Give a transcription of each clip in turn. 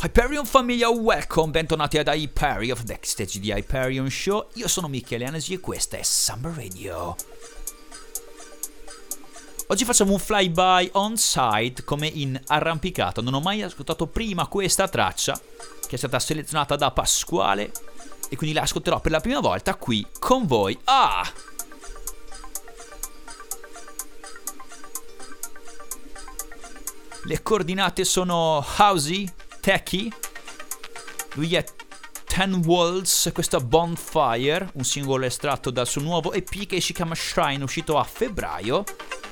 Hyperion famiglia, welcome, bentornati ad Hyperion, backstage di Hyperion Show. Io sono Michele Anasi e questa è Samba Radio. Oggi facciamo un flyby on-site come in arrampicata. Non ho mai ascoltato prima questa traccia, che è stata selezionata da Pasquale, e quindi la ascolterò per la prima volta qui con voi. Le coordinate sono Housey, Techie, lui è Ten Walls, questo è Bonfire, un singolo estratto dal suo nuovo EP che si chiama Shrine, uscito a febbraio.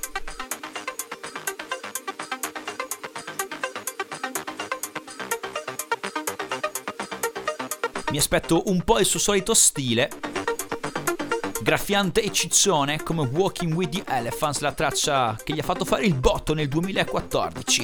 Mi aspetto un po' il suo solito stile, graffiante e ciccione come Walking with the Elephants, la traccia che gli ha fatto fare il botto nel 2014.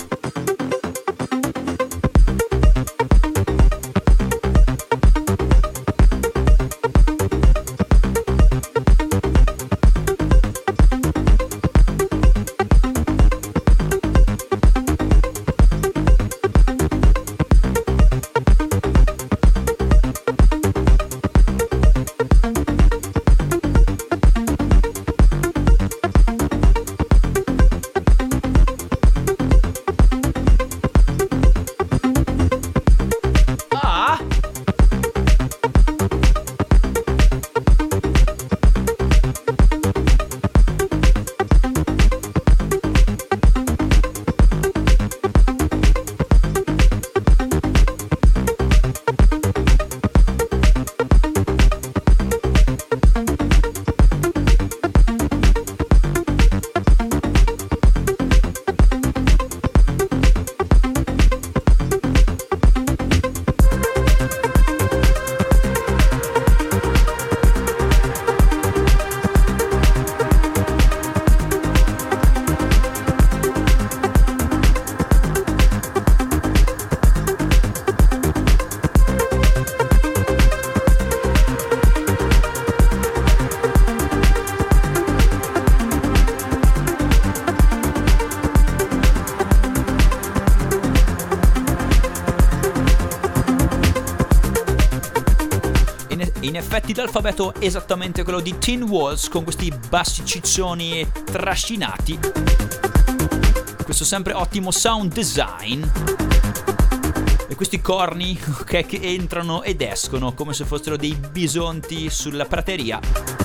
In effetti l'alfabeto è esattamente quello di Teen Walls, con questi bassi ciccioni e trascinati, questo sempre ottimo sound design e questi corni che entrano ed escono come se fossero dei bisonti sulla prateria,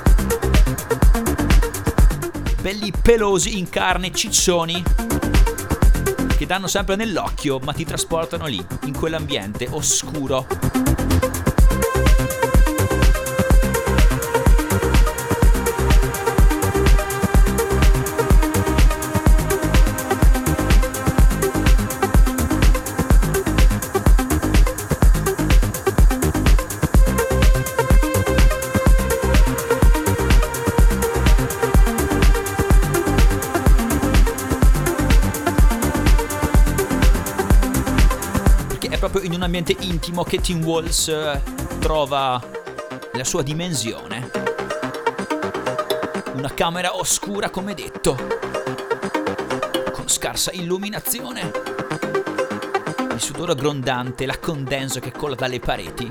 belli pelosi in carne, ciccioni che danno sempre nell'occhio ma ti trasportano lì, in quell'ambiente oscuro. In un ambiente intimo che Teen Walls trova la sua dimensione, una camera oscura come detto, con scarsa illuminazione, il sudore grondante, la condensa che cola dalle pareti,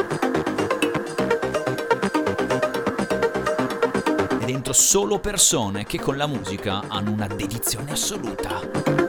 e dentro solo persone che con la musica hanno una dedizione assoluta.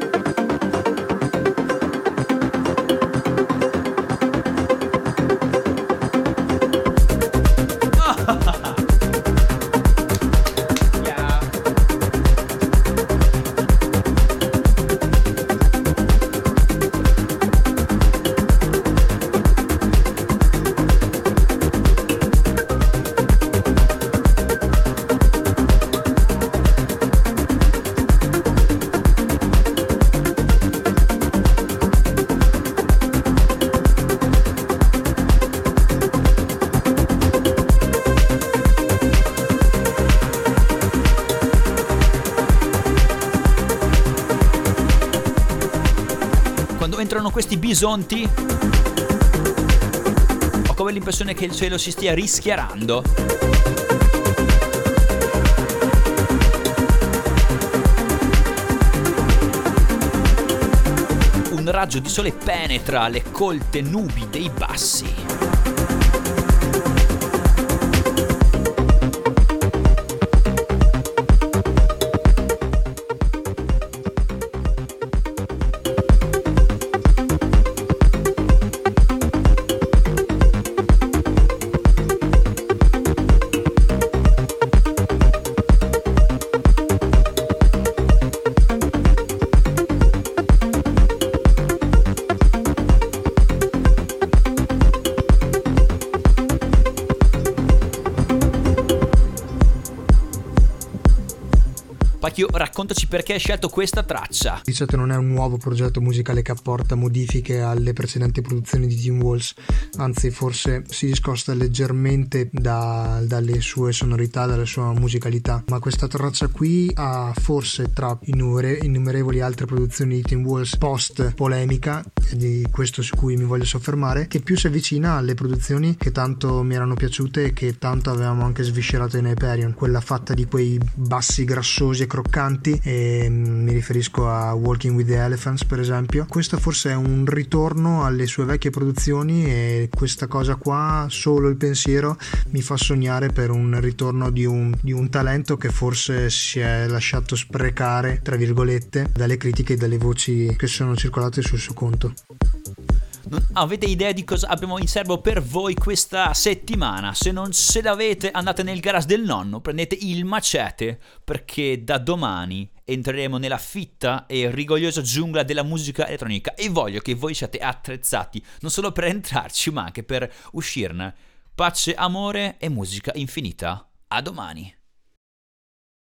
Entrano questi bisonti, ho come l'impressione che il cielo si stia rischiarando. un raggio di sole penetra le colte nubi dei bassi. Pacchio, raccontaci perché hai scelto questa traccia. Diciate, non è un nuovo progetto musicale che apporta modifiche alle precedenti produzioni di Tim Walsh, anzi forse si discosta leggermente dalle sue sonorità, dalla sua musicalità, ma questa traccia qui ha forse tra innumerevoli altre produzioni di Tim Walsh post polemica, e di questo su cui mi voglio soffermare, che più si avvicina alle produzioni che tanto mi erano piaciute e che tanto avevamo anche sviscerato in Hyperion, quella fatta di quei bassi grassosi e croccanti, e mi riferisco a Walking with the Elephants per esempio. Questo forse è un ritorno alle sue vecchie produzioni, e questa cosa qua, solo il pensiero, mi fa sognare per un ritorno di un talento che forse si è lasciato sprecare, tra virgolette, dalle critiche e dalle voci che sono circolate sul suo conto. Non avete idea di cosa abbiamo in serbo per voi questa settimana? Se non ce l'avete, andate nel garage del nonno, prendete il macete, perché da domani entreremo nella fitta e rigogliosa giungla della musica elettronica, e voglio che voi siate attrezzati non solo per entrarci ma anche per uscirne. Pace, amore e musica infinita. A domani.